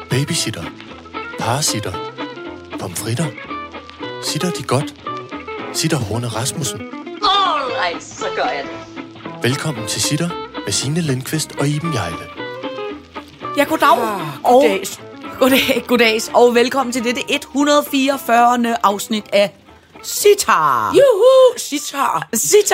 Babysitter. Parasitter. Pomfritter. Sitter de godt? Sitter Horne Rasmussen. Alright, så gør jeg det. Velkommen til Sitter med Signe Lindqvist og Iben Hjejle. Ja, goddag. Goddags, og velkommen til dette 144. afsnit af Sitar. Juhu, Sitar.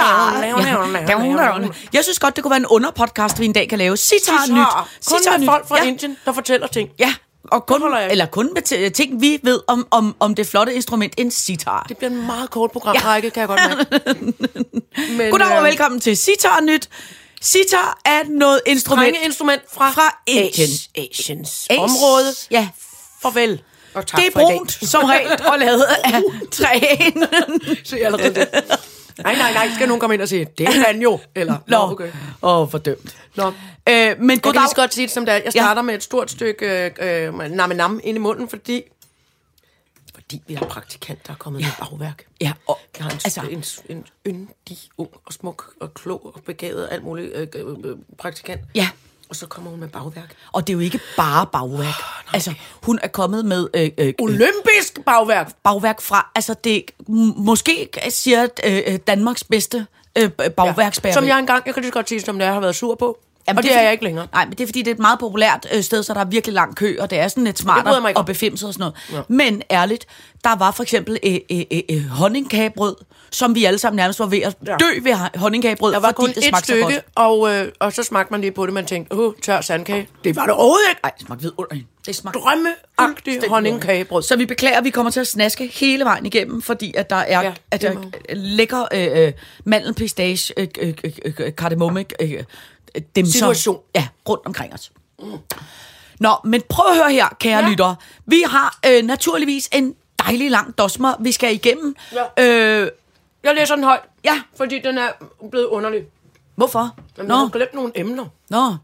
Jeg synes godt, det kunne være en underpodcast, vi en dag kan lave. Sitar nyt. Kun med folk fra Indien, der fortæller ting. Ja, og kun med ting, vi ved om det flotte instrument, en sitar. Det bliver en meget kort programrække, kan jeg godt mærke. Goddag og velkommen til Sitar nyt. Sitar er noget instrument fra Asiens område. Ja. Farvel. Og tak det er for brunt, som regel, og lavet af træ. Se allerede det. Nej, skal nogen komme ind og sige, det er han jo. Eller, okay. Fordømt. Men jeg kan lige så godt sige det som det er. Jeg starter med et stort stykke nam ind i munden, fordi vi har praktikant, der er kommet med bagværk. Ja, og jeg har en yndig, ung og smuk og klog og begavet alt muligt praktikant. Ja. Og så kommer hun med bagværk. Og det er jo ikke bare bagværk. Altså, hun er kommet med olympisk bagværk. Bagværk fra, altså det måske siger Danmarks bedste bagværksbæreri. Som jeg kan lige så godt sige, som det har været sur på. Jamen, og det er jeg ikke længere. Nej, men det er fordi, det er et meget populært sted, så der er virkelig lang kø, og det er sådan lidt smartere og befimset og sådan noget. Ja. Men ærligt, der var for eksempel honningkagebrød, som vi alle sammen nærmest var ved at dø ved honningkagebrød, der var kun et stykke, og så smagte man lige på det, man tænkte, tør sandkage. Det var det overhovedet ikke. Nej, det smagte vidunderligt. Det smagte drømmeagtigt honningkagebrød. Så vi beklager, at vi kommer til at snaske hele vejen igennem, fordi at der er lækker mandelpistache, kardemomme, situation. Rundt omkring os. Nå, men prøv at høre her, kære lyttere. Vi har naturligvis en dejlig lang dosmer, vi skal igennem. Ja. Jeg læser den højt, fordi den er blevet underlig. Hvorfor? Jamen, jeg har glemt nogle emner. Nå.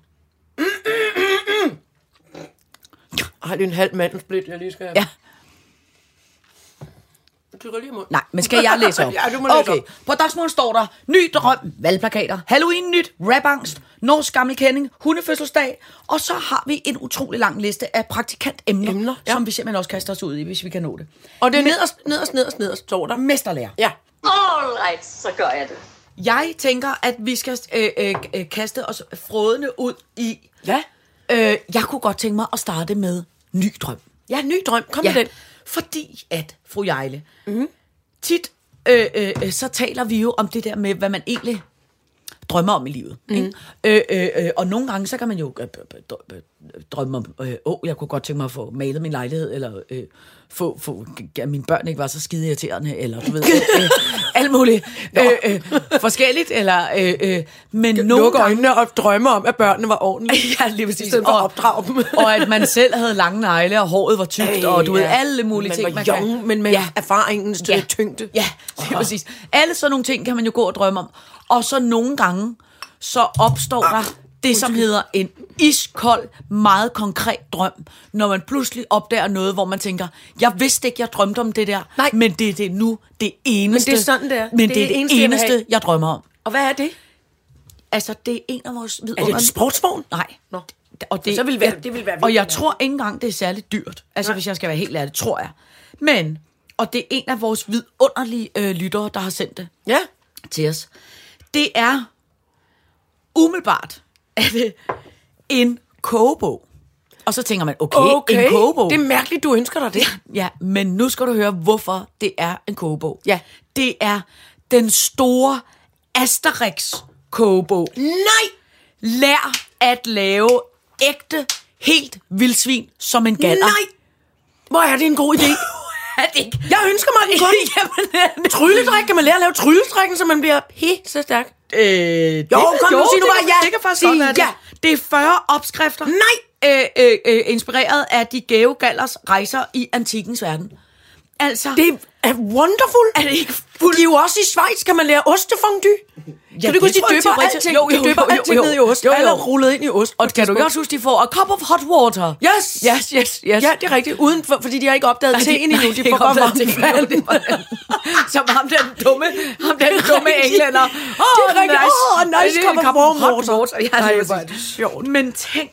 Ej, det er en halv mandelsplit, jeg lige skal have. Ja. Nej, men skal jeg læse op? Ja, du må læse op. På dagsmålen står der: ny drøm, valgplakater, Halloween nyt, rapangst, norsk gammel kending, hundefødselsdag, og så har vi en utrolig lang liste af praktikantemner, som vi simpelthen også kaster os ud i, hvis vi kan nå det. Og det er nederst står der mesterlærer. Ja. Alright, så gør jeg det. Jeg tænker, at vi skal kaste os frådende ud i. Ja. Jeg kunne godt tænke mig at starte med ny drøm. Ja, ny drøm. Kom med den. Fordi at, fru Hjejle, tit så taler vi jo om det der med, hvad man egentlig drømmer om i livet. Og nogle gange, så kan man jo drømme om, jeg kunne godt tænke mig at få malet min lejlighed, eller at mine børn ikke var så skide irriterende, eller du ved, alt muligt forskelligt, eller men lukke øjnene og drømme om, at børnene var ordentlige. Ja, lige præcis. Og opdrage dem. Og at man selv havde lange negle, og håret var tykt, og du ved, alle mulige ting. Man var young, men med erfaringens tyngde. Ja, lige præcis. Alle sådan nogle ting kan man jo gå og drømme om. Og så nogle gange, så opstår der det, som hedder en iskold, meget konkret drøm, når man pludselig opdager noget, hvor man tænker, jeg vidste ikke, jeg drømte om det der, men det er det nu, det eneste. Men det er sådan, det er. Men det er det eneste, jeg drømmer om. Og hvad er det? Altså, det er en af vores vidunderlige. Er det en sportsvogn? Nej. Nå. Og det vil være og jeg tror ikke engang, det er særligt dyrt. Altså, hvis jeg skal være helt ærlig, tror jeg. Men, og det er en af vores vidunderlige lyttere, der har sendt det til os. Det er umiddelbart en kogebog. Og så tænker man, okay, en kogebog. Det er mærkeligt, du ønsker dig det. Ja, men nu skal du høre, hvorfor det er en kogebog. Ja. Det er den store Asterix-kogebog. Nej! Lær at lave ægte, helt vildsvin som en galler. Nej! Hvor er det en god idé? Jeg ønsker mig den kun. Trylledrik, kan man lære at lave trylledrikken, så man bliver så stærk? Sig nu bare ja. Det kan faktisk godt være det. Det er 40 opskrifter. Nej! Inspireret af de gæve gallers rejser i antikkens verden. Altså, det er wonderful. Er det ikke de er jo også i Schweiz, kan man lære ostefondue. Ja, kan du huske, de døber alting? De døber alting ned i ost. Alle rullet ind i ost. Og kan du også huske, de får a cup of hot water? Yes. Ja, det er rigtigt. Uden for, fordi de har ikke opdaget teen endnu. De får bare varmt vand. Som ham den dumme englænder. Det er rigtigt. Nice cup of warm water. Ja, det er sjovt. Men tænk,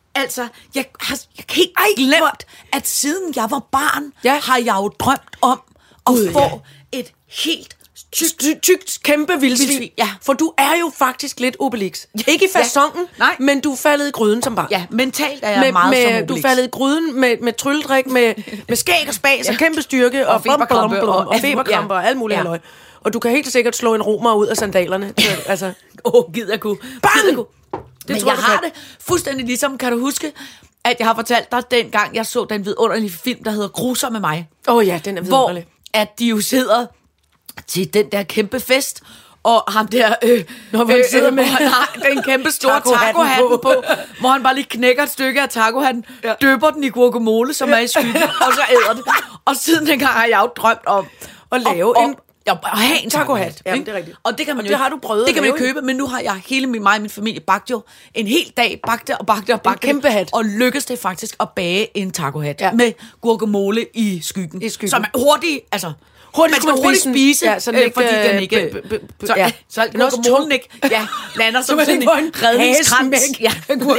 Altså, jeg kan helt glemt, at siden jeg var barn, har jeg jo drømt om at få et helt tykt kæmpe vildsvin. Ja. For du er jo faktisk lidt Obelix. Ikke i façongen, men du er faldet i gryden som barn. Ja, mentalt er jeg meget som Obelix. Du er faldet i gryden med trylledrik, med skæg og spas og kæmpe styrke og feberkramper og alt muligt halløj. Og du kan helt sikkert slå en romer ud af sandalerne. Altså, gider jeg kunne. Bang! Men jeg har det fuldstændig ligesom, kan du huske, at jeg har fortalt dig dengang, jeg så den vidunderlige film, der hedder Grusom med mig. Ja, den er vidunderlig. Hvor at de jo sidder til den der kæmpe fest, og ham der, sidder med, han har den kæmpe store tacohatten på, hvor han bare lige knækker et stykke af tacohatten, døber den i guacamole, som er i skyggen, og så æder det. Og siden dengang har jeg jo drømt om at lave at have en tacohat. Ja, det er rigtigt. Og det kan man jo, det har du prøvet. Det kan man jo købe, men nu har jeg hele min familie bagt jo en hel dag, bagte en kæmpe hat. Og lykkes det faktisk at bage en tacohat med guacamole i skyggen. Som er hurtigt, altså man skal hurtigt spise, fordi den ikke... Så guacamolen ikke lander som sådan en redningskrans. Ja,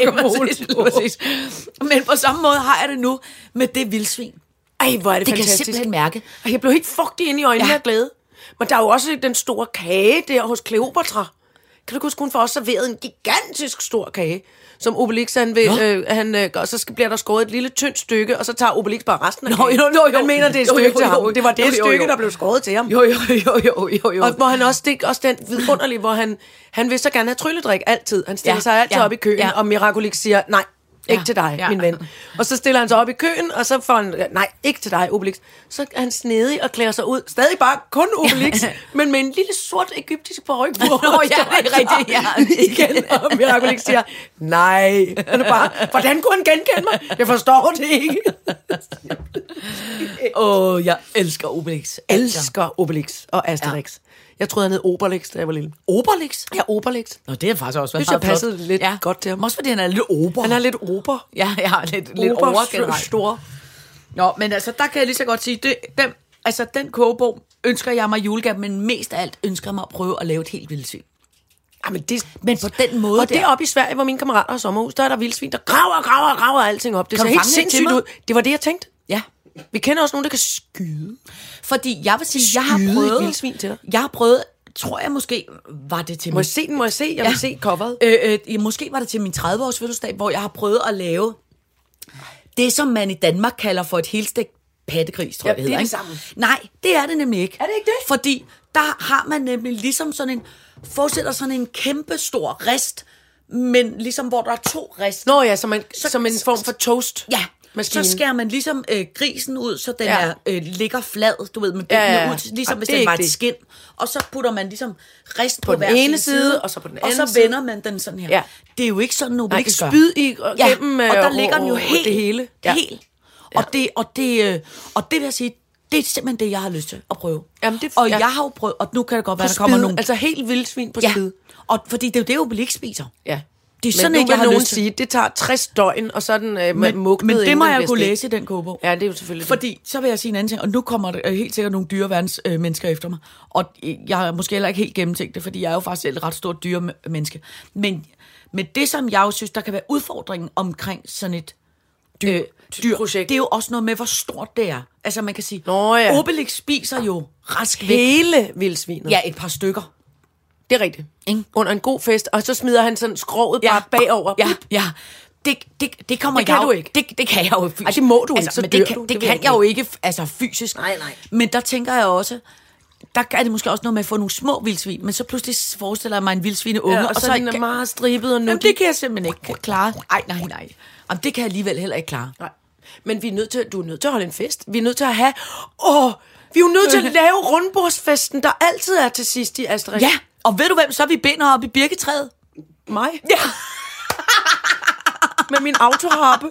præcis. Men på samme måde har jeg det nu med det vildsvin. Ej, hvor er det fantastisk. Det kan jeg simpelthen mærke. Jeg blev helt fugtig ind i øjnene af glæde. Men der er jo også den store kage der hos Kleopatra. Kan du huske, hun får også serveret en gigantisk stor kage, som Obelix han vil, og så bliver der skåret et lille tyndt stykke, og så tager Obelix bare resten af kagen. Han mener, det er et stykke til ham. Det var det stykke, der blev skåret til ham. Jo. Og hvor han også den vidunderlige, hvor han vil så gerne have trylledrik altid. Han stiller sig altid op i køen, og Miraculix siger, nej, ikke til dig, min ven. Og så stiller han sig op i køen, og så får han, nej, ikke til dig, Obelix. Så er han snedig og klæder sig ud. Stadig bare kun Obelix, men med en lille sort egyptisk paryk på. Det er rigtigt, igen. Og Miraculix siger, nej. Han er bare, hvordan kunne han genkende mig? Jeg forstår det ikke. Jeg elsker Obelix. Elsker Obelix og Asterix. Jeg troede, han hed Obelix, da jeg var lille. Obelix? Ja, Obelix. Nå, det er faktisk også været meget flot. Det passede lidt godt til ham. Også fordi han er lidt ober. Han er lidt ober. Ja, lidt over generelt. Store. Nå, men altså, der kan jeg lige så godt sige, den kogebog ønsker jeg mig julegave, men mest af alt ønsker jeg mig at prøve at lave et helt vildsvin. Men på den måde. Og det er oppe i Sverige, hvor mine kammerater har sommerhus, der er der vildsvin, der graver alting op. Det ser helt sindssygt ud. Det var det, jeg tænkte. Ja. Vi kender også nogen, der kan skyde. Fordi jeg vil sige, jeg har prøvet, tror jeg måske, var det til Må jeg se? Jeg vil se coveret. Måske var det til min 30-års fødselsdag, hvor jeg har prøvet at lave det, som man i Danmark kalder for et helstegt pattegris, tror jeg, det hedder. Det er det samme. Nej, det er det nemlig ikke. Er det ikke det? Fordi der har man nemlig ligesom forestiller sådan en kæmpe stor rist, men ligesom hvor der er 2 rist. Nå ja, som en form for toast. Ja. Maskinen. Så skærer man ligesom grisen ud, så den ligger flad, du ved, med benene ud, ligesom hvis den var et skind. Og så putter man ligesom rist på den ene side, og så på den anden side. Og så vender man den sådan her. Ja. Det er jo ikke sådan, nogen ikke gør. Spyd i gennem og der ligger den jo helt. Det hele. Ja. Helt. Og det vil jeg sige, det er simpelthen det, jeg har lyst til at prøve. Jamen, jeg har jo prøvet, og nu kan det godt være, der kommer nogen. Altså helt vildsvin på spid. Og fordi det er jo det, Obelix spiser. Ja. Det er sådan, ikke, jeg har lyst til. Sige, det tager 60 døgn, og så er den mugnet. Men det må jeg kunne læse i den kogebog. Ja, det er jo selvfølgelig fordi, så vil jeg sige en anden ting, og nu kommer der helt sikkert nogle dyreværns mennesker efter mig, og jeg har måske heller ikke helt gennemtænkt det, fordi jeg er jo faktisk et ret stort dyremenneske. Men det, som jeg jo synes, der kan være udfordringen omkring sådan et dyrprojekt, det er jo også noget med, hvor stort det er. Altså man kan sige, Obelix spiser jo rask væk. Hele vildsvinet. Ja, et par stykker. Det er rigtigt. Under en god fest, og så smider han sådan skroget bare bagover. Ja. Det kommer det kan jeg du ikke. Det kan jeg jo fysisk. Ej, det må du ikke, så men det kan jeg jo ikke altså fysisk. Nej. Men der tænker jeg også, der er det måske også noget med at få nogle små vildsvin, men så pludselig forestiller jeg mig en vildsvineunge, og så er den meget stribet og det kan jeg simpelthen ikke klare. Nej. Jamen, det kan jeg alligevel heller ikke klare. Nej. Men du er nødt til at holde en fest. Vi er nødt til at have... vi er jo nødt til at lave rundbordsfesten, der altid er til sidst i Asterix. Ja, og ved du hvem så vi binder op i birketræet? Mig? Ja. Med min autoharpe.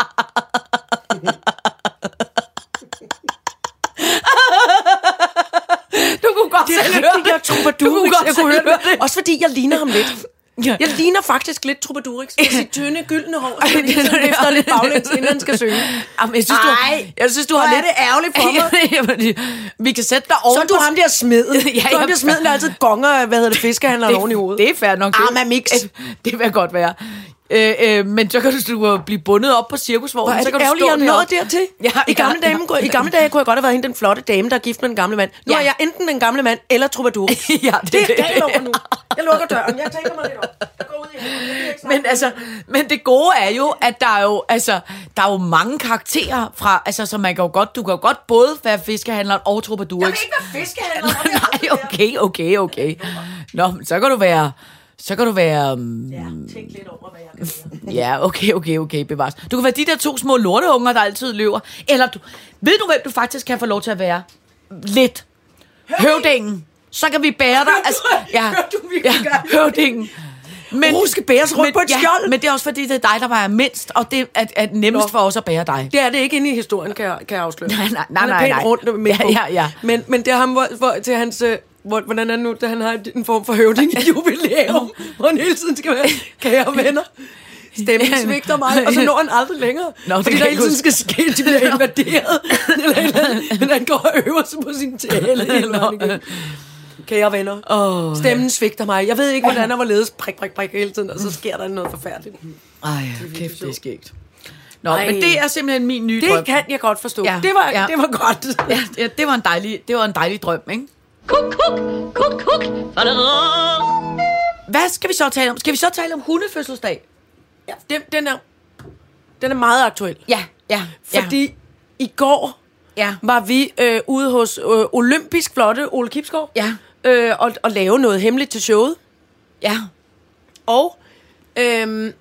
Du kunne godt selv høre det. Jeg kunne høre det. Også fordi jeg ligner ham lidt. Ja. Jeg ligner faktisk lidt Trubadurix med sit tynde, gyldne hår, og efter lidt baglæns, inden han skal synge. Jamen, jeg synes, du har lidt ærgerligt for mig. Vi kan sætte dig oven. Så er du ham der smed. Du ham der smed, der altid gonger, fiskehandleren oven i hovedet. Det er fair nok. Mix. Det vil godt være. Men så kan du blive bundet op på cirkusvognen. Hvor er så det kan ærgerligt, du jeg nåede dertil. Ja, I gamle dage kunne jeg godt have været hende den flotte dame, der er gift med den gamle mand. Nu er jeg enten den gamle mand eller troubadour. Ja, det er galt over nu. Jeg lukker døren. Jeg tænker mig lidt op. Jeg går ud i men det gode er jo, at der er jo mange karakterer fra, så man kan jo godt, du kan jo godt både være fiskehandler og troubadour. Jeg kan ikke være fiskehandler. Nej, okay. Nå, så kan du være... tænk lidt over, hvad jeg kan være. Ja, okay, bevares. Du kan være de der 2 små lorteunger, der altid løber. Eller, ved du, hvem du faktisk kan få lov til at være? Lidt. Høvdingen. Så kan vi bære dig. Høvdingen. Men skal bæres rundt på et skjold. Men det er også fordi, det er dig, der var mindst, og det er nemmest for os at bære dig. Det er det ikke inde i historien, kan jeg afsløre. Nej. Rundt med Men det er ham, til hans... Hvordan er det nu, da han har en form for høvding i jubilæum, hvor han hele tiden skal være kære venner. Stemmen svigter mig, og så når han aldrig længere. Fordi der hele tiden skal ske, at de bliver invaderet. Men han går og øver sig på sin tale. Kære venner, stemmen svigter mig. Jeg ved ikke, hvordan der var ledes prik hele tiden, og så sker der noget forfærdeligt. Ej, kæft, det er skægt. Nå, men det er simpelthen min nye drøm. Det kan jeg godt forstå. Ja. Det var godt. Ja, det var en dejlig drøm, ikke? Kuk. Hvad skal vi så tale om? Skal vi så tale om hundefødselsdag? Ja, den er meget aktuel. Ja. Fordi i går var vi ude hos olympisk flotte Ole Kibsgaard og lave noget hemmeligt til showet. Ja. Og det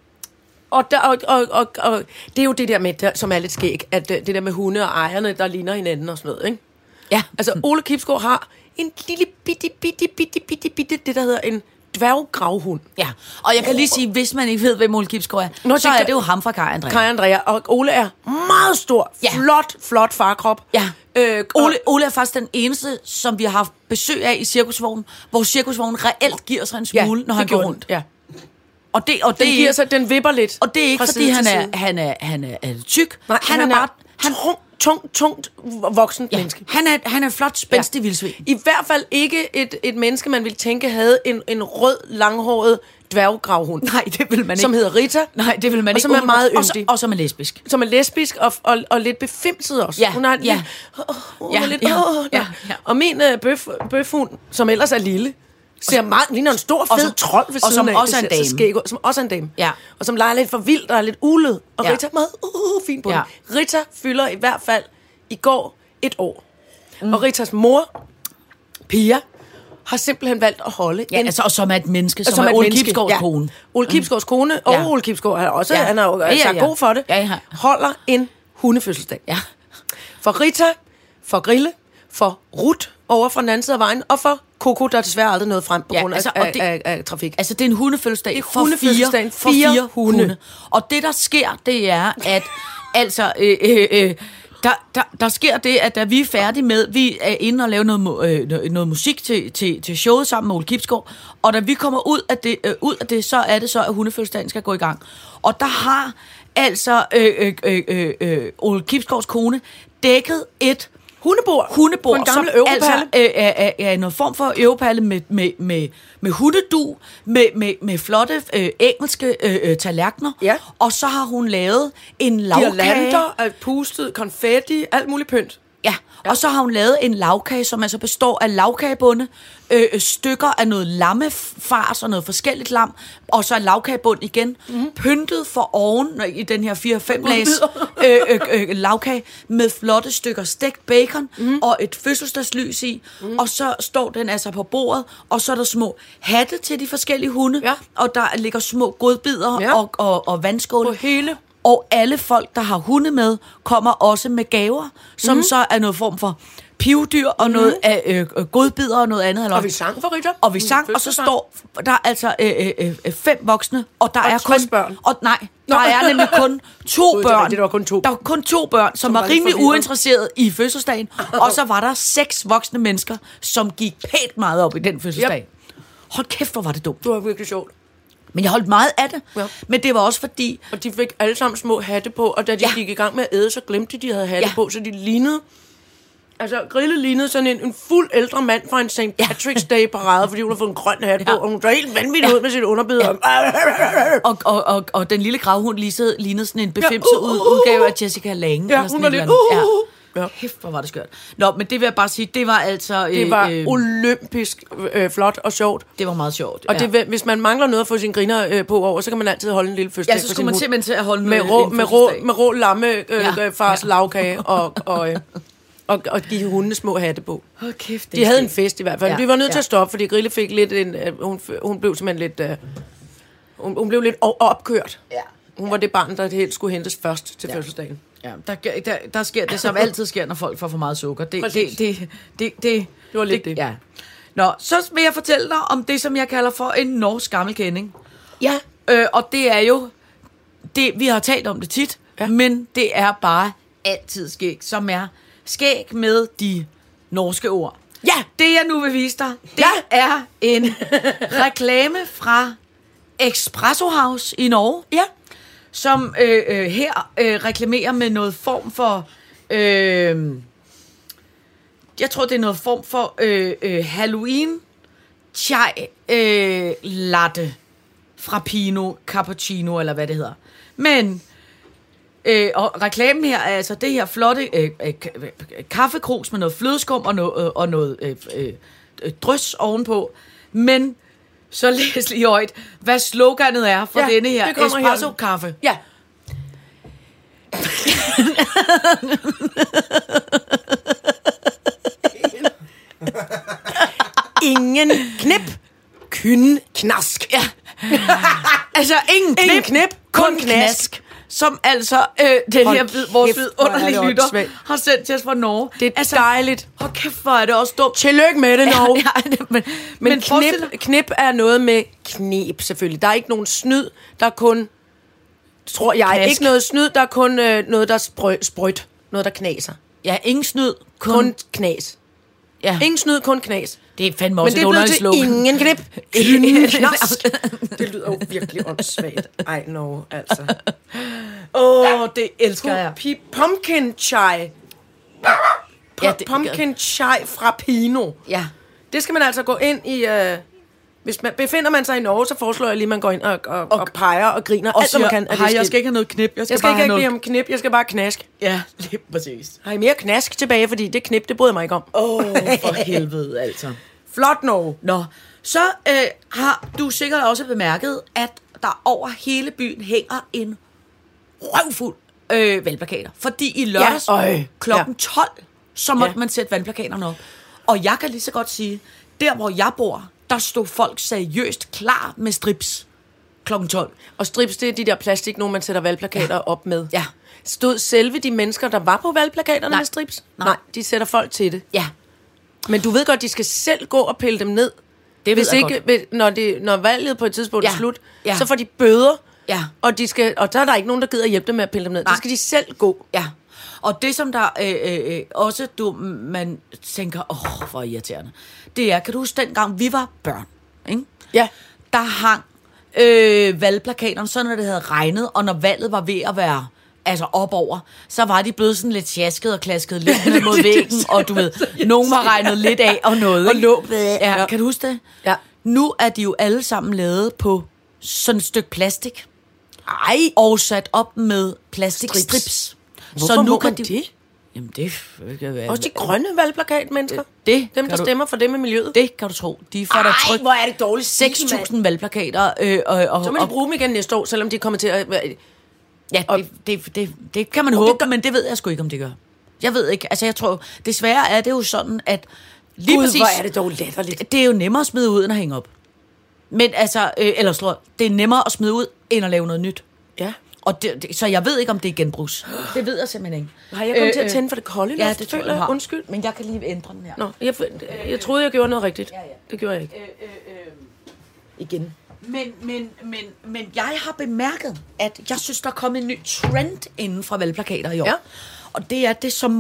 er jo det der med, som er lidt skæg, at det der med hunde og ejerne, der ligner hinanden og sådan noget, ikke? Ja. Altså, Ole Kibsgaard har en lille bitte, det der hedder en dværggravhund. Ja, og jeg kan lige sige, hvis man ikke ved, hvem Ole Kibsgaard er, så er det jo ham fra Kaj Andrea. Kaj Andrea, og Ole er meget stor, flot farkrop. Ja, Ole er faktisk den eneste, som vi har haft besøg af i cirkusvognen, hvor cirkusvognen reelt giver sig en smule, når han går rundt. Ja. Og det giver sig, den vipper lidt. Og det er ikke, fordi han er tyk. Nej, han er bare tungt voksen menneske. Han er flot, spændstig vildsvin. I hvert fald ikke et menneske, man ville tænke havde en rød, langhåret dværggravhund. Nej, det vil man ikke. Som hedder Rita. Nej, det vil man ikke. Og som er meget yndig. Og som er lesbisk. Som er lesbisk og lidt befimset også. Ja, hun har lidt. Og min bøfhund, som ellers er lille, ser meget, ligner en stor fed trold ved siden af. Og som også er en dame. Som også er en dame. Ja. Og som leger lidt for vildt og er lidt ulet. Og Rita er meget fint på den. Rita fylder i hvert fald i går 1 år. Og Ritas mor, Pia, har simpelthen valgt at holde en... altså, og som er et menneske, som er Ole Kibsgaards kone. Ole Kibsgaards kone, og Ole Kibsgaard er også, han er jo god for det, holder en hundefødselsdag. Ja. For Rita, for Grille, for Ruth over fra den anden side af vejen, og for Coco, der desværre aldrig nåede frem på grund af trafik. Altså, det er en hundefødselsdag for fire hunde. Og det, der sker, det er, at altså... Der sker det, at da vi er færdige med, vi er inde og lave noget musik til showet sammen med Ole Kibsgaard, og da vi kommer ud af det, så er det så, at hundefødselsdagen skal gå i gang. Og der har altså Ole Kibsgaards kone dækket et hundebord på en gammel øvepalle. Altså er noget form for øvepalle med hundedu, med flotte engelske tallerkener. Ja. Og så har hun lavet en lavkage. Girlander, pustet, konfetti, alt muligt pynt. Ja, og så har hun lavet en lavkage, som altså består af lavkagebunde, stykker af noget lammefars og noget forskelligt lam, og så en lavkagebund igen, pyntet for oven i den her 4-5 lags lavkage, med flotte stykker stegt bacon og et fødselsdagslys i, og så står den altså på bordet, og så er der små hatte til de forskellige hunde, og der ligger små godbidder og vandskåle. På hele. Og alle folk, der har hunde med, kommer også med gaver, som så er noget form for pivdyr og noget af godbidder og noget andet. Og vi sang for Rita. Og vi sang, og så står der altså 5 voksne, og der er kun... børn. Og nej, der er nemlig kun 2 børn. Det var kun 2. Der var kun 2 børn, som var rimelig uinteresserede i fødselsdagen. Og så var der 6 voksne mennesker, som gik pænt meget op i den fødselsdag. Hold kæft, hvor var det dumt. Det var virkelig sjovt. Men jeg holdt meget af det. Ja. Men det var også fordi... Og de fik alle sammen små hatte på, og da de gik i gang med at æde, så glemte de havde hatte på, så de lignede Altså, Grille lignede sådan en fuld ældre mand fra en St. Patrick's Day parade, fordi hun har fået en grøn hat på, og hun så helt vanvittigt ud med sit underbid. Og den lille gravhund lignede sådan en befimset udgave af Jessica Lange. Ja, hun var lidt... Ja. Kæft, hvor var det skørt. Nå, men det vil jeg bare sige, det var altså... Det var olympisk flot og sjovt. Det var meget sjovt. Og det, hvis man mangler noget at få sin griner på over, så kan man altid holde en lille fødselsdag. Ja, så skulle man simpelthen til at holde med rå lammefars lavkage og give hundene små hatte på. Kæft, de havde en fest i hvert fald. Vi var nødt til at stoppe, fordi Grille fik lidt hun blev simpelthen lidt... Hun blev lidt opkørt. Ja. Hun var det barn, der helt skulle hentes først til fødselsdagen. Ja, der sker det, som altid sker, når folk får for meget sukker. Det var lidt det. Ja. Nå, så vil jeg fortælle dig om det, som jeg kalder for en norsk gammelkending. Ja. Og det er jo... vi har talt om det tit, men det er bare altid skæg, som er skæg med de norske ord. Ja! Det, jeg nu vil vise dig, det er en reklame fra Espresso House i Norge. Ja. Som her reklamerer med noget form for... jeg tror, det er noget form for Halloween chai latte frappuccino, cappuccino, eller hvad det hedder. Men... og reklamen her er altså det her flotte kaffekrus med noget flødeskum og noget drys ovenpå. Men så læs lige højt, hvad sloganet er for denne her espresso-kaffe. Ja. Ingen knip, knask. Ja. Altså ingen knip, kun knask. Som altså den her vores vidunderlige lytter har sendt til os fra Norge. Det er altså, dejligt. Hold kæft, hvor er det også dumt. Tillykke med det, Norge. Men knip er noget med knep, selvfølgelig. Der er ikke nogen snyd, der er kun... Tror jeg. Knask. Ikke noget snyd, der er kun noget, der er sprøjt. Noget, der knaser. Ja, ingen snyd. Kun knas. Ja. Ingen snyd, kun knas. Det er fandme også et underligt slogan. Men det er ingen knip. Knask. Det lyder jo virkelig åndssvagt. Ej, no, altså. Det elsker jeg. Pumpkin chai. Pumpkin chai fra Pino. Ja. Det skal man altså gå ind i... Hvis man befinder man sig i Norge, så foreslår jeg lige, at man går ind og peger og griner. Og siger, man kan, jeg skal ikke have noget knip. Jeg skal ikke have noget knip, jeg skal bare knask. Ja, lige præcis. Har I mere knask tilbage, fordi det knip, det bryder jeg mig ikke om. For helvede, altså. Flot, Norge. Nå, så har du sikkert også bemærket, at der over hele byen hænger en røvfuld valgplakater. Fordi i lørdags klokken 12, så måtte man sætte valgplakaterne op. Og jeg kan lige så godt sige, der hvor jeg bor, der stod folk seriøst klar med strips klokken 12. Og strips, det er de der plastik, nogle man sætter valgplakater op med. Ja. Stod selve de mennesker, der var på valgplakaterne med strips? Nej, de sætter folk til det. Ja. Men du ved godt, de skal selv gå og pille dem ned. Det ved jeg godt. Når valget på et tidspunkt er slut, så får de bøder. Ja. Og så er der ikke nogen, der gider hjælpe dem med at pille dem ned. Det skal de selv gå. Ja. Og det, som der også man tænker, hvor irriterende, det er, kan du huske dengang, vi var børn, ikke? Ja. Der hang valgplakaterne, så når det havde regnet, og når valget var ved at være op over, så var de blevet sådan lidt sjasket og klasket lidt ned mod væggen, og du ved, nogen var regnet lidt af og noget. Og lå. Ja, kan du huske det? Ja. Nu er de jo alle sammen lavet på sådan et stykke plastik. Ej. Og sat op med plastikstrips. Hvorfor så nu kan de det? Jamen det kan være. Også de grønne valgplakatmennesker. Dem, der stemmer for det med miljøet. Det kan du tro. De får der trykt. Hvor er det dårligt. 6.000 valgplakater. Så må de bruge dem igen næste år, selvom de kommer til at... Ja, det kan man håbe, men det ved jeg sgu ikke, om det gør. Jeg ved ikke. Altså, jeg tror, desværre er det jo sådan, at lige Gud, præcis... hvor er det dog latterligt. Det er jo nemmere at smide ud, end at hænge op. Men altså, det er nemmere at smide ud, end at lave noget nyt. Ja. Og så jeg ved ikke, om det er genbrugs. Det ved jeg simpelthen ikke. Har jeg kommet til at tænde for det kolde? Ja, det tror jeg. Undskyld. Men jeg kan lige ændre den her. Nå, jeg troede, jeg gjorde noget rigtigt. Ja. Det gjorde jeg ikke. Igen. Men jeg har bemærket, at jeg synes, der er kommet en ny trend inden fra valgplakater i år. Ja. Og det er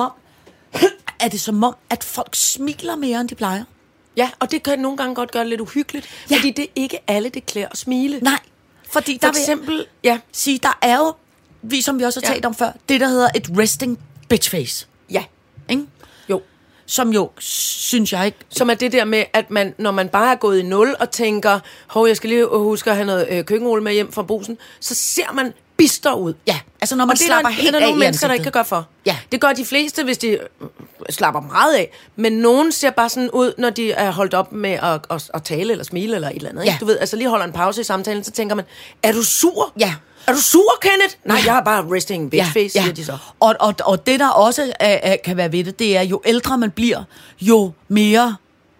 som om, at folk smiler mere, end de plejer. Ja, og det kan nogle gange godt gøre det lidt uhyggeligt. Ja. Fordi det er ikke alle, det klæder at smile. Nej. Fordi for eksempel, sige, der er jo, som vi også har talt om før, det der hedder et resting bitch face. Ja. Ikke? Jo. som jo, synes jeg ikke... Som er det der med, at man, når man bare er gået i 0 og tænker, jeg skal lige huske at have noget køkkenrulle med hjem fra Brugsen, så ser man bister ud. Ja, altså når man slapper helt af i der nogle mennesker, der ikke kan gøre for. Ja. Det gør de fleste, hvis de slapper meget af. Men nogen ser bare sådan ud, når de er holdt op med at tale eller smile eller et eller andet. Ja. Ikke? Du ved, altså lige holder en pause i samtalen, så tænker man, er du sur? Ja. Er du sur, Kenneth? Nej, jeg har bare resting bitch face, siger de så. Og det, der også kan være ved det er, jo ældre man bliver, jo mere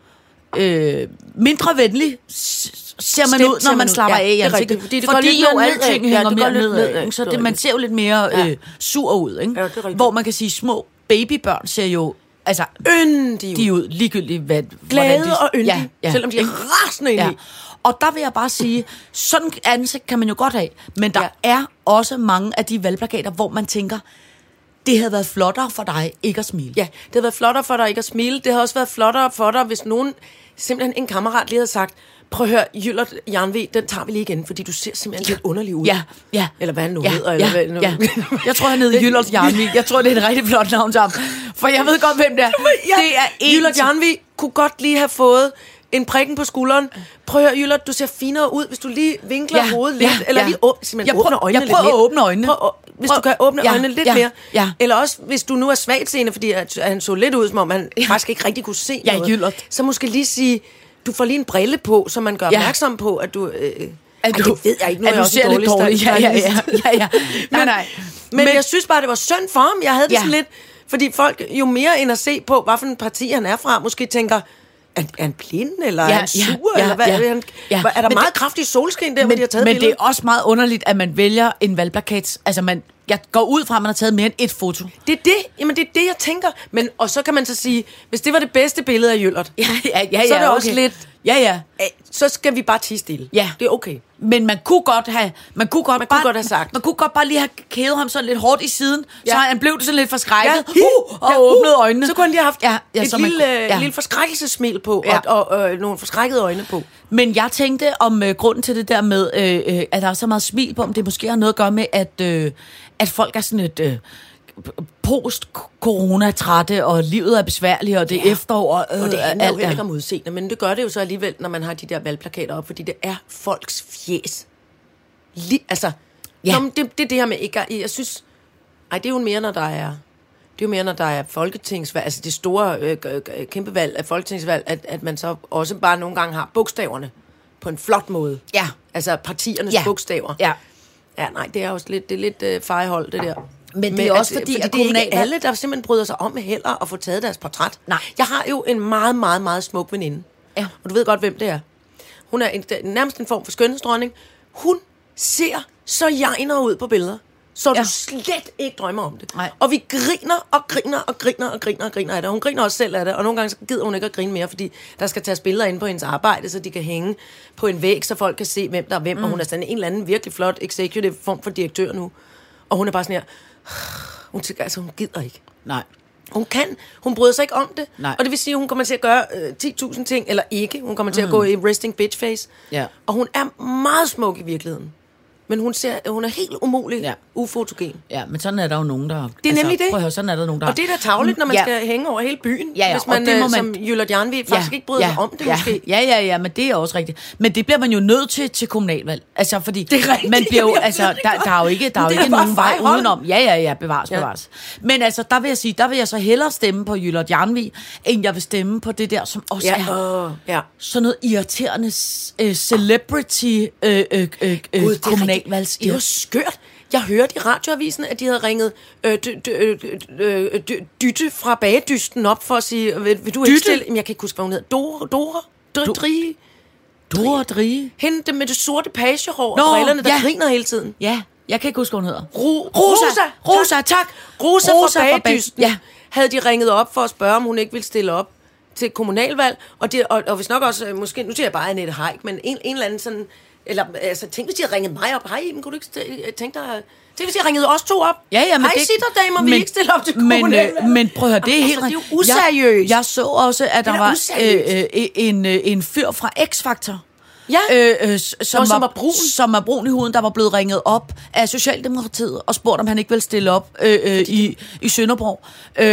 mindre venlig ser man ud, når man slapper af i ansigtet. Fordi jo alting hænger mere nedad. Så man ser jo lidt mere sur ud. Ikke? Ja, hvor man kan sige, små babybørn ser jo altså yndige ud, ligegyldigt hvad. Glade og yndige, selvom de er rasende inde i. Og der vil jeg bare sige, sådan ansigt kan man jo godt have, men der er også mange af de valgplakater, hvor man tænker, det havde været flottere for dig ikke at smile. Ja, det havde været flottere for dig ikke at smile. Det havde også været flottere for dig, hvis nogen, simpelthen en kammerat lige havde sagt, prøv at høre, Jyllert Jarnvig, den tager vi lige igen, fordi du ser simpelthen lidt underlig ud. Ja. Eller hvad han nu hedder. Eller hvad, ja. Jeg tror, han hedder Jyllert Jarnvig. Jeg tror, det er et rigtig flot navn til ham. For jeg ved godt, hvem det er. Det er Jyllert Jarnvig kunne godt lige have fået en prikken på skulderen. Prøv at høre, Jyllert, du ser finere ud, hvis du lige vinkler hovedet lidt. Eller lige åbner øjnene lidt mere. Jeg prøver at åbne øjnene. Hvis du kan åbne øjnene lidt mere. Ja. Eller også, hvis du nu er svagtseende, fordi han så lidt ud, som om han faktisk ikke rigtig kunne se noget. Jyllert. Så måske lige sige, du får lige en brille på, så man gør opmærksom på, at du... det ved jeg ikke, nu er jeg også lidt dårlig. Ja. Nej. Men jeg synes bare, det var synd for ham. Jeg havde det sådan lidt... Fordi folk, jo mere end at se på, hvad for en parti han er fra, måske tænker... Er han blind, eller er han sur, eller hvad? Er der meget kraftig solskin der, hvor de har taget billedet? Men det er også meget underligt, at man vælger en valgplakat. Altså, jeg går ud fra, at man har taget mere end et foto. Det er det, jeg tænker. Men, og så kan man så sige, hvis det var det bedste billede af Jyllert, så er det også lidt... Så skal vi bare tie stille. Ja. Det er okay. Men man kunne godt have sagt. Man kunne godt bare lige have kædet ham sådan lidt hårdt i siden, så han blev sådan lidt forskrækket og åbnede øjnene. Så kunne han lige have haft et lille forskrækkelsesmil på og nogle forskrækkede øjne på. Men jeg tænkte om grunden til det der med, at der er så meget smil på, om det måske har noget at gøre med, at folk er sådan et... post-corona-trætte, og livet er besværligt, og det er efterår. Og det handler jo heller ikke om udseende, men det gør det jo så alligevel, når man har de der valgplakater op, fordi det er folks fjes. Det er det her med ikke... Jeg synes... det er jo mere, når der er... Det er jo mere, når der er folketingsvalg, altså det store kæmpe valg af folketingsvalg, at man så også bare nogle gange har bogstaverne på en flot måde. Ja. Altså partiernes bogstaver. Ja. Ja, nej, det er også lidt fejhold, det der. Men det er også fordi det er ikke alle, der simpelthen bryder sig om heller at få taget deres portræt. Nej. Jeg har jo en meget, meget, meget smuk veninde. Ja. Og du ved godt, hvem det er. Hun er nærmest en form for skønhedsdronning. Hun ser så jegner ud på billeder, så du slet ikke drømmer om det. Nej. Og vi griner af det. Hun griner også selv af det, og nogle gange så gider hun ikke at grine mere, fordi der skal tages billeder inde på hendes arbejde, så de kan hænge på en væg, så folk kan se, hvem der er hvem. Og hun er sådan en eller anden virkelig flot executive form for direktør nu. Og hun er bare sådan her... Hun tænker, altså hun gider ikke. Nej. Hun bryder sig ikke om det. Nej. Og det vil sige, at hun kommer til at gøre 10.000 ting, eller ikke. Hun kommer til at gå i resting bitch face. Ja. Og hun er meget smuk i virkeligheden. Men hun er helt umulig ufotogen. Ja, men sådan er der jo nogen, der... Det er nemlig det. Prøv at høre, sådan er der nogen, der... Og det er da tarveligt, når man skal hænge over hele byen. Ja, hvis man, og det må man som Jyllert Jarnvig faktisk ikke bryder sig om det, måske. Ja, men det er også rigtigt. Men det bliver man jo nødt til kommunalvalg. Altså, fordi... Det er rigtigt. Man bliver jo... Altså, der er jo ikke nogen vej udenom. Ja, bevares. Men altså, der vil jeg sige, der vil jeg så hellere stemme på Jyllert Jarnvig, end jeg vil stemme på det der, som også er sådan noget irriterende celebrity kommunalvalgs. Det er jo skørt. Jeg hørte i radioavisen, at de havde ringet Dytte fra Bagedysten op for at sige, vil du ikke stille... Jamen, jeg kan ikke huske, hvad hun hedder. Dora Drie. Hende med det sorte pagehår og brillerne, der griner hele tiden. Ja, jeg kan ikke huske, hvad hun hedder. Rosa, tak. Rosa fra Bagedysten. Ja. Havde de ringet op for at spørge, om hun ikke ville stille op til kommunalvalg. Og hvis nok også, måske, nu siger jeg bare Annette Haik, men en eller anden sådan... Eller, altså, tænk, hvis de havde ringet mig op. Hej, men kunne du ikke tænke dig... Tænk, hvis de ringede os to op. Ja, men hej, sitterdamer, vi ikke stille op til kommunalvalg. Men prøv at høre, det er helt... Det er jo useriøst. Jeg så også, at der var en fyr fra X-Factor, som var brun i huden, der var blevet ringet op af Socialdemokratiet og spurgt, om han ikke ville stille op i Sønderborg.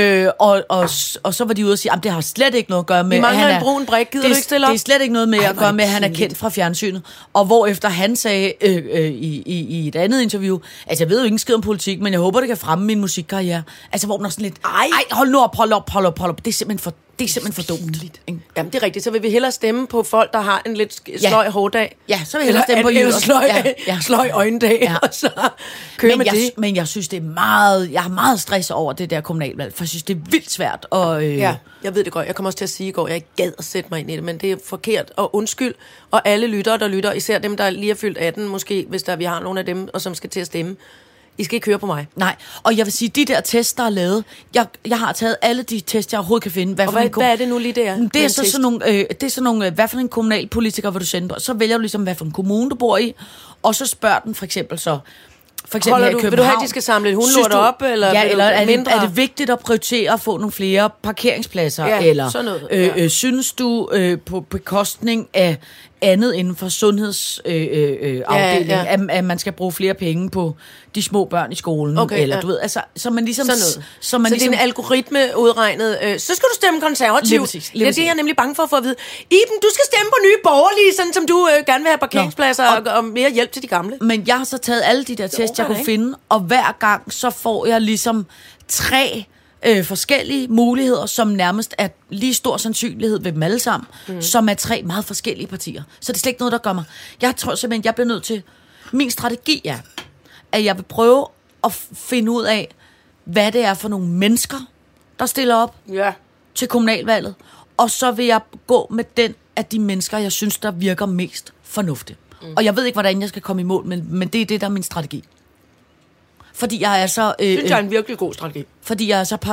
Og så var de ude og sige, at det har slet ikke noget at gøre med, at han er en brun brik, gider du ikke stille op? Det er slet ikke noget med at gøre med, at han er kendt fra fjernsynet. Og hvorefter han sagde i et andet interview, altså jeg ved jo ikke skid om politik, men jeg håber, det kan fremme min musikkarriere. Altså hvor den er sådan lidt, hold nu op, hold op. Det er simpelthen for dumt. Jamen, det er rigtigt. Så vil vi hellere stemme på folk, der har en lidt sløj hårdag. Ja, så vil vi hellere stemme på Jylland. Sløj øjendag, ja. Og så køre med det. Men jeg synes, det er meget... Jeg har meget stress over det der kommunalvalg, for jeg synes, det er vildt svært. Ja, jeg ved det godt. Jeg kommer også til at sige i går, jeg ikke gad at sætte mig ind i det, men det er forkert og undskyld. Og alle lyttere, der lytter, især dem, der lige er fyldt 18, måske, hvis vi har nogle af dem, og som skal til at stemme, I skal ikke køre på mig. Nej, og jeg vil sige, de der tests, der er lavet, jeg har taget alle de tests, jeg overhovedet kan finde. Hvad er det nu lige, det er? Det er sådan nogle, hvad for en kommunalpolitiker vil du sende på? Så vælger du ligesom, hvad for en kommune du bor i, og så spørger den for eksempel så... Vil du have, at de skal samle et hundelort op? Eller er det vigtigt at prioritere at få nogle flere parkeringspladser? Eller synes du på bekostning af andet inden for sundhedsafdelingen, at man skal bruge flere penge på de små børn i skolen? Eller du ved, altså, så man ligesom... Så det er en algoritme udregnet. Så skal du stemme konservativ. Det er det, jeg er nemlig bange for at få at vide. Iben, du skal stemme på Nye Borgerlige, sådan som du gerne vil have parkeringspladser og mere hjælp til de gamle. Men jeg har så taget alle de der tests, jeg kunne finde, og hver gang så får jeg ligesom 3 forskellige muligheder, som nærmest er lige stor sandsynlighed ved dem alle sammen, som er 3 meget forskellige partier. Så det er slet ikke noget, der gør mig. Jeg tror simpelthen, jeg bliver nødt til... Min strategi er, at jeg vil prøve at finde ud af, hvad det er for nogle mennesker, der stiller op til kommunalvalget, og så vil jeg gå med den af de mennesker, jeg synes, der virker mest fornuftigt. Og jeg ved ikke, hvordan jeg skal komme i mål, men det er det, der er min strategi. Fordi jeg er så... synes jeg er en virkelig god strategi. Fordi jeg er så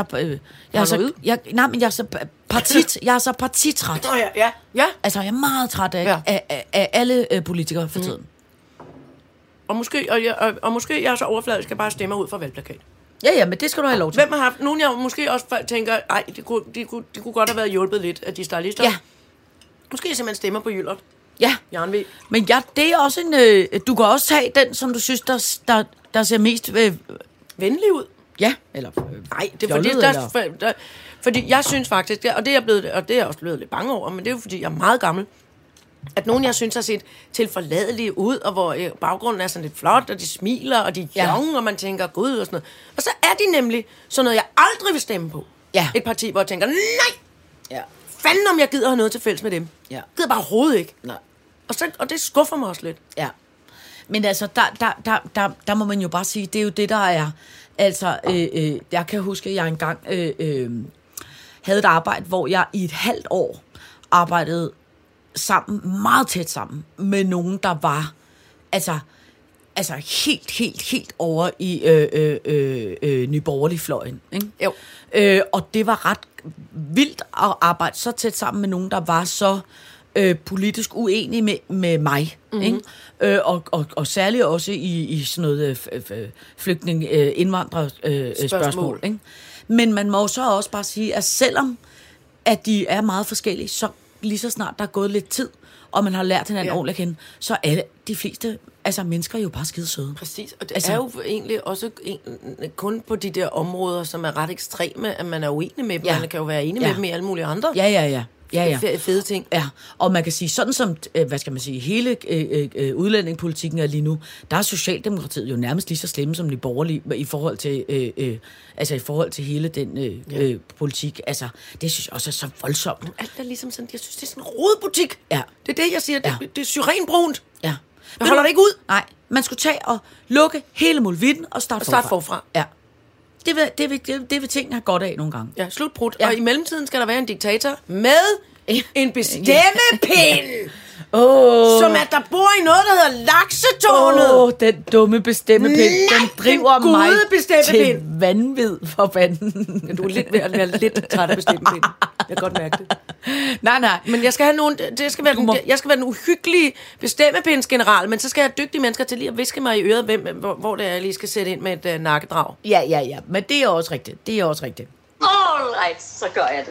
partitræt. Ja. Altså, jeg er meget træt af alle politikere for tiden. Og måske jeg er så overfladisk, skal bare stemme ud fra valgplakat. Ja, men det skal du have lov til. Hvem har haft... Nogen, jeg måske også tænker, de kunne godt have været hjulpet lidt af de stylister. Ja. Måske jeg simpelthen stemmer på Jylland. Ja. Jernvig. Men det er også en... du kan også tage den, som du synes, der ser mest... venlig ud. Ja, eller... Nej, det er fordi... Fordi jeg synes faktisk... Og det er jeg også blevet lidt bange over, men det er jo fordi, jeg er meget gammel. At nogen, jeg synes, har set tilforladelige ud, og hvor baggrunden er sådan lidt flot, og de smiler, og de er young, og man tænker, gud, og sådan noget. Og så er de nemlig sådan noget, jeg aldrig vil stemme på. Ja. Et parti, hvor jeg tænker, nej! Ja. Fanden om jeg gider have noget til fælles med dem. Ja. Gider bare overhovedet ikke. Nej. Og det skuffer mig også lidt. Ja. Men altså, der må man jo bare sige, det er jo det, der er... Altså, jeg kan huske, at jeg engang havde et arbejde, hvor jeg i et halvt år arbejdede meget tæt sammen med nogen, der var altså helt over i Nye Borgerlige-fløjen. Ikke? Jo. Og det var ret vildt at arbejde så tæt sammen med nogen, der var så politisk uenige med mig. Mm-hmm. Ikke? Og særligt også i sådan noget indvandrer-spørgsmål. Ikke? Men man må så også bare sige, at selvom at de er meget forskellige, så lige så snart der er gået lidt tid, og man har lært hinanden ordentligt at kende, så er de fleste mennesker jo bare skide søde. Præcis, og det er jo egentlig også kun på de der områder, som er ret ekstreme, at man er uenig med dem. Man kan jo være enig med dem i alle mulige andre. Ja. Fede ting. Ja, og man kan sige, sådan som, hele udlændingepolitikken er lige nu, der er Socialdemokratiet jo nærmest lige så slemme som de borgerlige i forhold til hele den politik. Altså, det synes jeg også er så voldsomt. Men alt er ligesom sådan, jeg synes, det er sådan en rodebutik. Ja. Det er det, jeg siger. Ja. Det er syrenbrunt. Ja. Man holder det ikke ud. Nej, man skulle tage og lukke hele muligheden og starte forfra. Ja. Det vil tingene have godt af nogle gange. Ja, slutbrud. Ja. Og i mellemtiden skal der være en diktator med en bestemmepind. Som at der bor i noget, der hedder Laksetårnet. Den dumme bestemmepind. Den driver mig til vanvid for fanden. Du er lidt ved at være lidt træt af bestemmepind. Jeg kan godt mærke det. Nej. Men jeg skal have nogen... Jeg skal være den uhyggelige bestemmepindsgeneral, men så skal jeg have dygtige mennesker til lige at viske mig i øret, hvor det er, jeg lige skal sætte ind med et nakkedrag. Ja. Men det er også rigtigt. All right, så gør jeg det.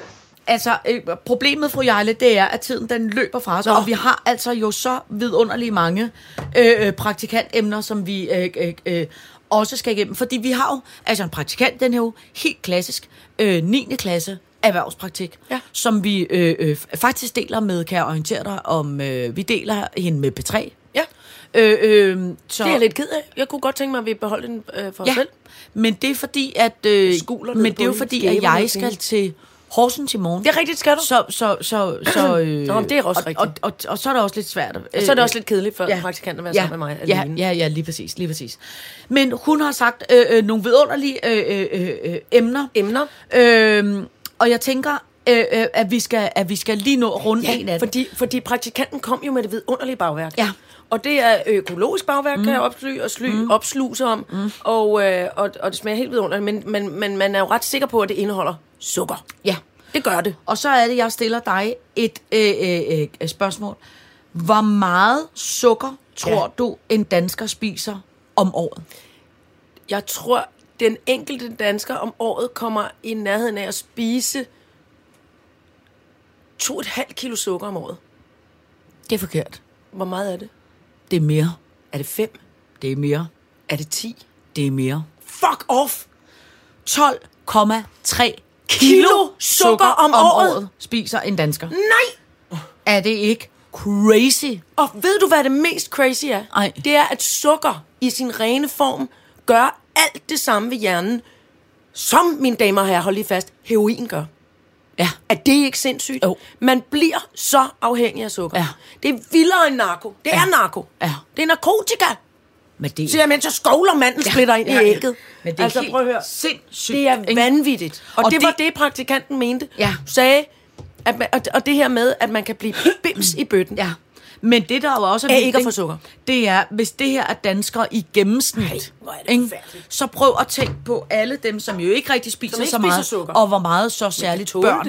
Altså, problemet, fru Jejle, det er, at tiden den løber fra os, og vi har altså jo så vidunderlige mange praktikantemner, som vi også skal igennem. Fordi vi har jo, altså en praktikant, den er jo helt klassisk 9. klasse erhvervspraktik, som vi faktisk deler med, kan jeg orientere dig om, vi deler hende med P3. Ja. Så, det er jeg lidt ked af. Jeg kunne godt tænke mig, at vi beholder den for os selv. Men det er fordi, at jeg skal til Horsens i morgen. Det er rigtigt, skal du? Så det er også rigtigt. Og så er det også lidt svært. Og så er det også lidt kedeligt for praktikanten at være sammen med mig alene. Ja, lige præcis. Men hun har sagt nogle vidunderlige emner. Og jeg tænker, at vi skal lige nå at runde en af dem. Fordi praktikanten kom jo med det vidunderlige bagværk. Ja. Og det er økologisk bagværk, kan jeg opsluse om. Og det smager helt vidunderligt. Men man er jo ret sikker på, at det indeholder sukker. Ja. Det gør det. Og så er det, jeg stiller dig et spørgsmål. Hvor meget sukker tror du, en dansker spiser om året? Jeg tror, den enkelte dansker om året kommer i nærheden af at spise 2,5 kilo sukker om året. Det er forkert. Hvor meget er det? Det er mere. Er det 5? Det er mere. Er det 10? Det er mere. Fuck off! 12,3 kilo sukker om året spiser en dansker. Nej! Er det ikke crazy? Og ved du, hvad det mest crazy er? Ej. Det er, at sukker i sin rene form gør alt det samme ved hjernen, som, mine damer og herrer, hold lige fast, heroin gør. Ja. Er det ikke sindssygt? Jo. Man bliver så afhængig af sukker. Ja. Det er vildere end narko. Det er narko. Ja. Det er narkotika. Men det siger mens jeg skovler manden splitter ind i ægget. Men det er altså, prøv at høre. Sindssygt. Det er vanvittigt. Og det var det, praktikanten mente. Ja. Sagde, og det her med, at man kan blive bims i bøtten. Ja. Men det, der jo også er ikke at få sukker. Det er, hvis det her er danskere i gennemsnit, så prøv at tænke på alle dem, som jo ikke rigtig spiser så meget, sukker. Og hvor meget så særligt børn.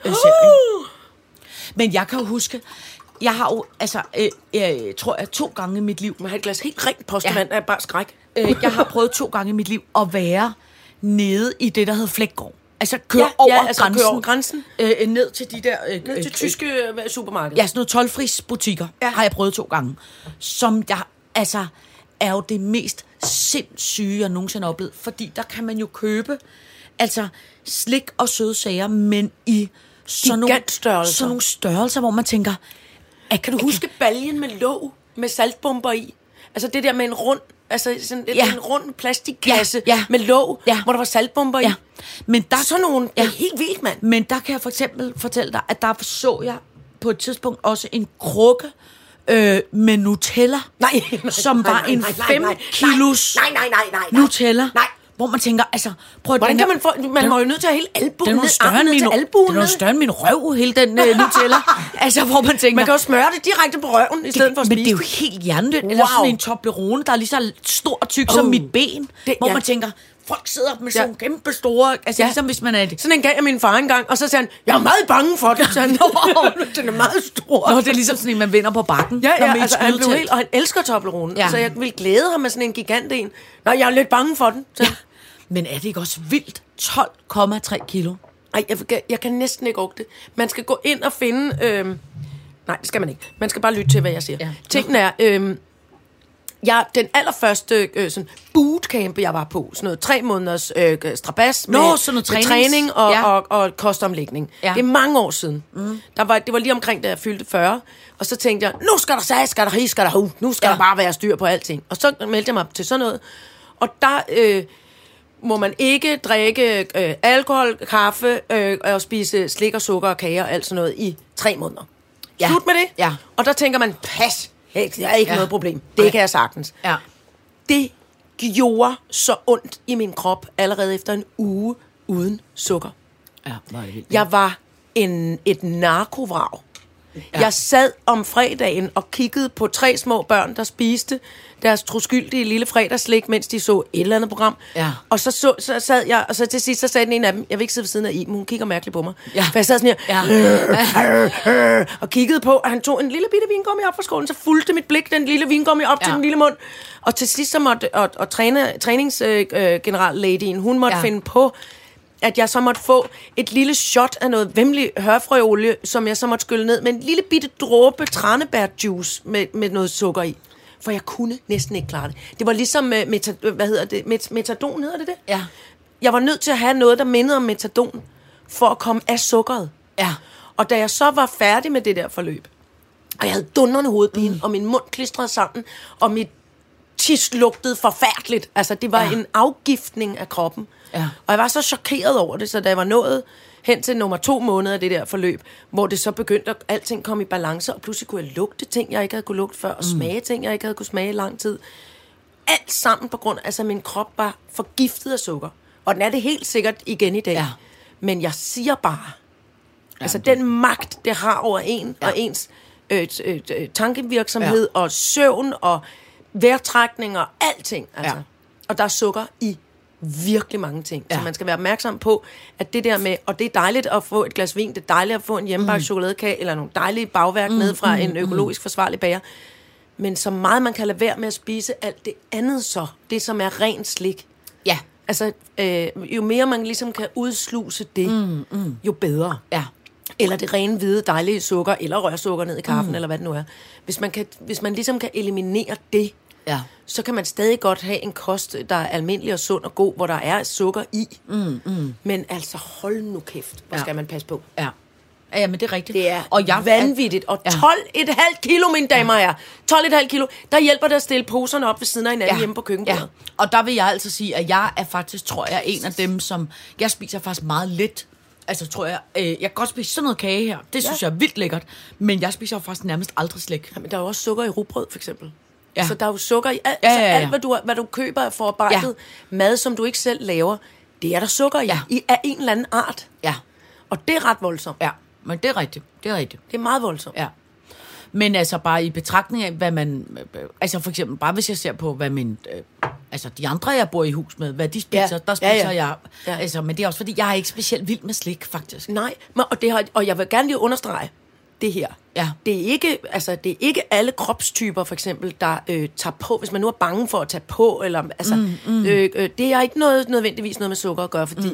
Men jeg kan jo huske, jeg har jo, altså, tror jeg 2 gange i mit liv... Man har et glas helt rent postevand, er bare skræk. Jeg har prøvet 2 gange i mit liv at være nede i det, der hedder Flækgaard. Altså køre over grænsen. Ned til de der... ned til tyske supermarkeder. Ja, sådan noget toldfrisbutikker har jeg prøvet 2 gange. Som jeg, altså, er jo det mest sindssyge, jeg nogensinde har oplevet. Fordi der kan man jo købe, altså, slik og søde sager, men i sådan nogle størrelser, hvor man tænker... Kan du huske baljen med låg med saltbomber i? Altså det der med en rund... Altså sådan en rund plastikkasse med låg, hvor der var saltbomber i. Men der sådan nogle, det er helt vildt, mand. Men der kan jeg for eksempel fortælle dig, at der så jeg på et tidspunkt også en krukke med Nutella, som var en 5 kilos Nutella. Nej. Hvor man tænker, altså... Hvordan kan man få... Man må jo nødt til at have hele albuen ned. Den er større end min røv, hele den Nutella. Altså, hvor man tænker... Man kan jo smøre det direkte på røven, i stedet for at spise. Men det er jo helt hjernedødt. Eller sådan en Toblerone, der er lige så stor og tyk som mit ben. Hvor man tænker... Folk sidder med sådan nogle kæmpe store... Altså, ligesom hvis man er... Sådan en gav jeg min far engang, og så sagde han, jeg er meget bange for det. Den er meget stor. Nå, det er ligesom sådan en, man vinder på bakken. Ja, altså, han blev helt... Og han elsker Toblerone. Så jeg ville glæde ham med sådan en gigant en. Nå, jeg er lidt bange for den. Ja. Men er det ikke også vildt? 12,3 kilo? Ej, jeg kan næsten ikke orke det. Man skal gå ind og finde... nej, det skal man ikke. Man skal bare lytte til, hvad jeg siger. Ja. Tingen er... den allerførste sådan bootcamp, jeg var på, sådan noget 3 måneders strabas med træning og kostomlægning. Ja. Det er mange år siden. Det var lige omkring, da jeg fyldte 40. Og så tænkte jeg, nu skal der sige, skal der rig, skal der hu. Nu skal der bare være styr på alting. Og så meldte jeg mig til sådan noget. Og der... må man ikke drikke alkohol, kaffe og spise slik og sukker og kager og alt sådan noget i 3 måneder. Ja. Slut med det. Ja. Og der tænker man, pas, det er ikke noget problem. Det kan jeg sagtens. Ja. Det gjorde så ondt i min krop allerede efter en uge uden sukker. Ja, var det vildt. Jeg var et narkovrag. Ja. Jeg sad om fredagen og kiggede på 3 små børn, der spiste deres troskyldige lille fredagsslik, mens de så et eller andet program. Ja. Og så sad jeg, og så til sidst så sagde den ene af dem, jeg vil ikke sidde ved siden af Iben, hun kigger mærkeligt på mig. Ja. For jeg sad sådan her, og kiggede på, at han tog en lille bitte vingummi op fra skålen, så fulgte mit blik den lille vingummi op til den lille mund. Og til sidst så måtte træningsgeneralladyen, hun måtte finde på at jeg så måtte få et lille shot af noget væmmelig hørfrøolie, som jeg så måtte skylle ned med en lille bitte dråbe tranebærjuice med noget sukker i. For jeg kunne næsten ikke klare det. Det var ligesom metadon hedder det? Ja. Jeg var nødt til at have noget, der mindede om metadon, for at komme af sukkeret. Ja. Og da jeg så var færdig med det der forløb, og jeg havde dundrende hovedpine, og min mund klistrede sammen, og mit tis lugtede forfærdeligt. Altså, det var en afgiftning af kroppen. Ja. Og jeg var så chokeret over det, så da jeg var nået hen til nummer 2 måneder af det der forløb, hvor det så begyndte at alting kom i balance, og pludselig kunne jeg lugte ting, jeg ikke havde kunne lugte før, og smage ting, jeg ikke havde kunne smage i lang tid. Alt sammen på grund af, altså min krop var forgiftet af sukker. Og den er det helt sikkert igen i dag. Ja. Men jeg siger bare, altså den magt, det har over en, og ens tankevirksomhed, og søvn, og vejrtrækning, og alting. Altså. Ja. Og der er sukker i virkelig mange ting. Så man skal være opmærksom på, at det der med, og det er dejligt at få et glas vin, det er dejligt at få en hjemmebagt chokoladekage, eller nogle dejlige bagværk ned fra en økologisk forsvarlig bager. Men så meget man kan lade være med at spise alt det andet så, det som er rent slik. Ja. Altså, jo mere man ligesom kan udsluse det, jo bedre. Ja. Eller det rene, hvide, dejlige sukker, eller rørsukker ned i kaffen, eller hvad det nu er. Hvis man ligesom kan eliminere det, så kan man stadig godt have en kost, der er almindelig og sund og god, hvor der er sukker i. Men altså, hold nu kæft, hvor skal man passe på. Ja. Ja, men det er rigtigt. Det er vanvittigt. Og 12,5 kilo, mine damer er. 12,5 kilo. Der hjælper det at stille poserne op ved siden af hinanden hjemme på køkkenbordet. Ja. Og der vil jeg altså sige, at jeg er faktisk, tror jeg, en af dem, som... Jeg spiser faktisk meget lidt. Altså, tror jeg... jeg kan godt spise sådan noget kage her. Det synes jeg er vildt lækkert. Men jeg spiser jo faktisk nærmest aldrig slik. Ja, men der er jo også sukker i rugbrød, for eksempel. Ja. Så der er jo sukker i alt. Altså, alt hvad du køber af forarbejdet mad, som du ikke selv laver, det er der sukker i af en eller anden art. Ja. Og det er ret voldsomt. Ja. Men det er rigtigt. Det er meget voldsomt. Ja. Men altså bare i betragtning af, hvad man... Altså for eksempel, bare hvis jeg ser på, hvad min... altså de andre, jeg bor i hus med, hvad de spiser, der spiser jeg... Ja. Altså, men det er også fordi, jeg er ikke specielt vild med slik, faktisk. Nej, og jeg vil gerne lige understrege det her. Ja. Det er ikke alle kropstyper, for eksempel, der tager på, hvis man nu er bange for at tage på, eller... Altså, det er ikke nødvendigvis noget med sukker at gøre, fordi...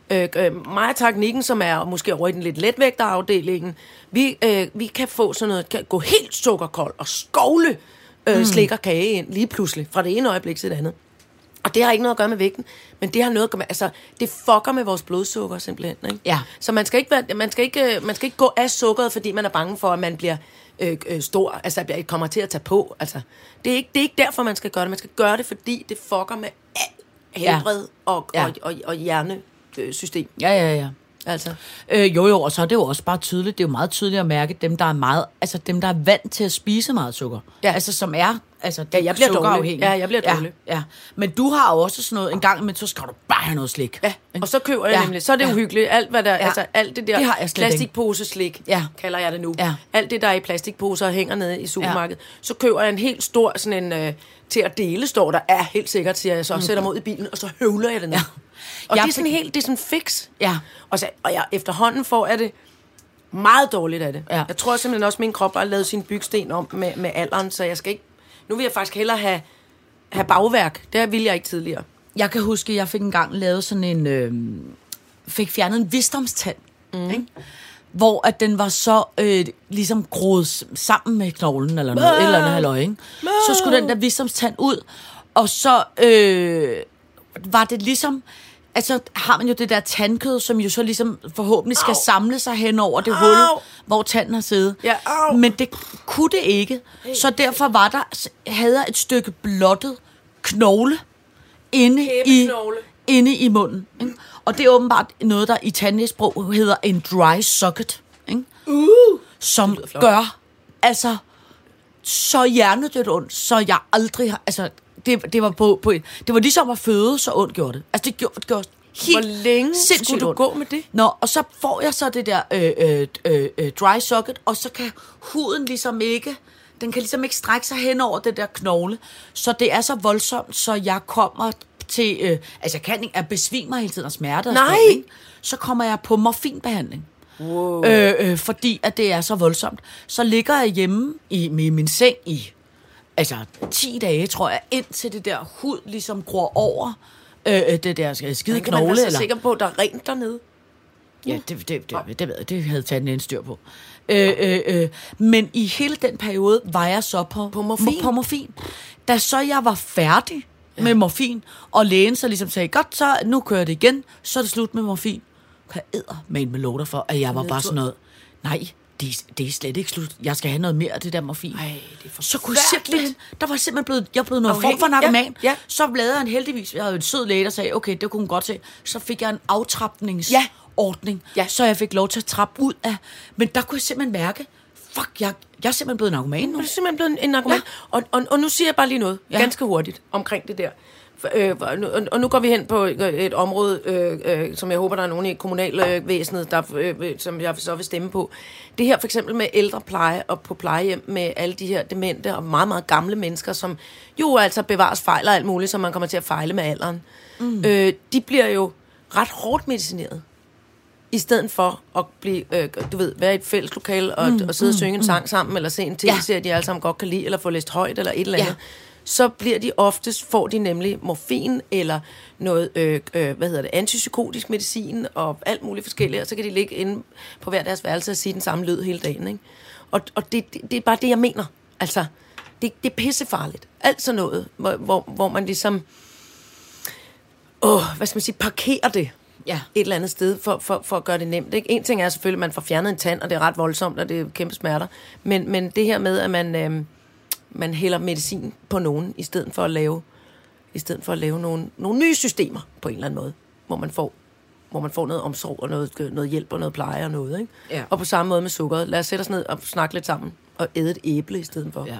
mig og teknikken, som er måske over i den lidt letvægterafdelingen, vi kan få sådan noget, kan gå helt sukkerkold og skovle slik og kage ind lige pludselig, fra det ene øjeblik til det andet. Og det har ikke noget at gøre med vægten, men det har noget at gøre med, altså, det fucker med vores blodsukker simpelthen, ikke? Ja. Så man skal ikke gå af sukkeret, fordi man er bange for, at man bliver stor, altså at man kommer til at tage på. Altså, det er ikke derfor, man skal gøre det. Man skal gøre det, fordi det fucker med helbred og hjernesystem. Ja. Altså. Jo, og så er det jo også bare tydeligt, det er jo meget tydeligt at mærke, dem der er vant til at spise meget sukker. Ja. Altså som er, altså jeg bliver dårlig. Ja, jeg bliver dårlig. Ja. Men du har jo også sådan noget, en gang imellem, så skal du bare have noget slik. Ja, og så køber jeg nemlig, så er det uhyggeligt, alt hvad der, altså alt det der plastikposeslik, kalder jeg det nu. Ja. Alt det der er i plastikposer og hænger nede i supermarkedet. Så køber jeg en helt stor, sådan en, til at dele, står der, helt sikkert, siger jeg så, sætter mig ud i bilen, og så høvler jeg det ned. Ja. Og det er sådan helt, det er sådan fix. Ja. Og jeg efterhånden får jeg det meget dårligt af det. Ja. Jeg tror simpelthen også, at min krop har lavet sin bygsten om med alderen, så jeg skal ikke... Nu vil jeg faktisk hellere have bagværk. Det ville jeg ikke tidligere. Jeg kan huske, at jeg fik engang lavet sådan en... fik fjernet en visdomstand, ikke? Hvor at den var så ligesom groet sammen med knoglen, eller noget, eller andet halløj, ikke? Så skulle den der visdomstand ud, og så var det ligesom... Altså har man jo det der tandkød, som jo så ligesom forhåbentlig skal samle sig hen over det hul, hvor tanden har siddet. Ja, men det kunne det ikke. Så derfor havde jeg et stykke blottet knogle inde i munden. Ikke? Og det er åbenbart noget, der i tandlægesprog hedder en dry socket. Ikke? Som gør altså så hjernedødt ondt, så jeg aldrig har... Altså, det var ligesom at føde, så ondt gjorde det. Altså, det gjorde helt... Hvor længe skulle du gå med det? Nå, og så får jeg så det der dry socket, og så kan huden ligesom ikke... Den kan ligesom ikke strække sig hen over det der knogle. Så det er så voldsomt, så jeg kommer til... altså, jeg kan ikke... Jeg besvimer hele tiden af smerte. Nej! Så kommer jeg på morfinbehandling. Wow. Fordi at det er så voldsomt. Så ligger jeg hjemme i min seng i... Altså 10 dage, tror jeg, indtil det der hud ligesom gror over det der skide knogle. Man eller sikker på, at der er rent dernede. Ja, det ved jeg. Det havde tanden en styr på. Men i hele den periode var jeg så på morfin. Da så jeg var færdig med morfin, og lægen så ligesom sagde, godt, så nu kører det igen, så er det slut med morfin. Kan jeg med låter for, at jeg var bare sådan noget, nej, det er slet ikke slut. Jeg skal have noget mere af det der morfin. Ej, det er for så kunne jeg var simpelthen blevet noget form for narkoman. Ja. Så lavede han heldigvis, jeg havde en sød læge, der sagde, okay, det kunne hun godt se. Så fik jeg en aftrapningsordning, så jeg fik lov til at trappe ud af. Men der kunne jeg simpelthen mærke, jeg er simpelthen blevet narkoman nu. Du er simpelthen blevet en narkoman. Ja. Og nu siger jeg bare lige noget, ganske hurtigt, omkring det der. Og nu går vi hen på et område, som jeg håber, der er nogen i kommunalvæsenet, som jeg så vil stemme på. Det her for eksempel med ældrepleje og på plejehjem med alle de her demente og meget, meget gamle mennesker, som jo altså bevares fejl og alt muligt, som man kommer til at fejle med alderen. De bliver jo ret hårdt medicineret. I stedet for at blive, være i et fælles lokale og sidde og synge en sang sammen, eller se en tv-serie, de alle sammen godt kan lide, eller få læst højt, eller et eller andet. Så bliver de oftest, får de nemlig morfin, eller noget, antipsykotisk medicin, og alt muligt forskelligt, og så kan de ligge inde på hver deres værelse og sige den samme lyd hele dagen, ikke? Og det er bare det, jeg mener. Altså, det er pissefarligt. Alt sådan noget, hvor man ligesom, parkerer det. Et eller andet sted for at gøre det nemt. Ikke? En ting er selvfølgelig, at man får fjernet en tand, og det er ret voldsomt, og det er kæmpe smerter. Men det her med, at man hælder medicin på nogen, i stedet for at lave nogle nye systemer på en eller anden måde, hvor man får noget omsorg og noget hjælp og noget pleje og noget. Ikke? Ja. Og på samme måde med sukkeret. Lad os sætte os ned og snakke lidt sammen og æde et æble i stedet for.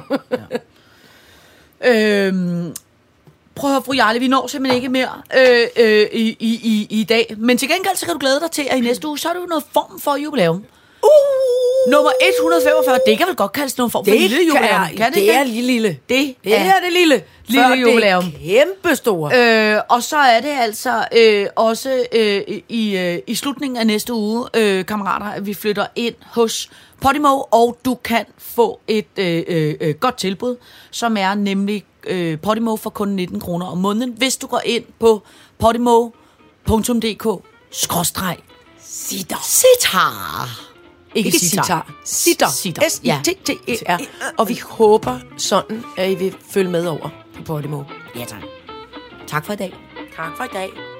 Prøv at høre, fru Jarle, vi når simpelthen ikke mere i dag. Men til gengæld, så kan du glæde dig til, at i næste uge, så er det jo noget form for jubilæum. Nummer 145, det kan vel godt kaldes noget form for lille jubilæum. Det er lille. Det er det lille jubilæum. Det er kæmpestore. Og så er det altså også i slutningen af næste uge, kammerater, at vi flytter ind hos Podimo, og du kan få et godt tilbud, som er nemlig Podimo for kun 19 kroner om måneden, hvis du går ind på podimo.dk/sitar. Ikke sitar. Sitar. S-I-T-T-E-R. Og vi håber sådan, at I vil følge med over på Podimo. Ja, tak. Tak for i dag. Tak for i dag.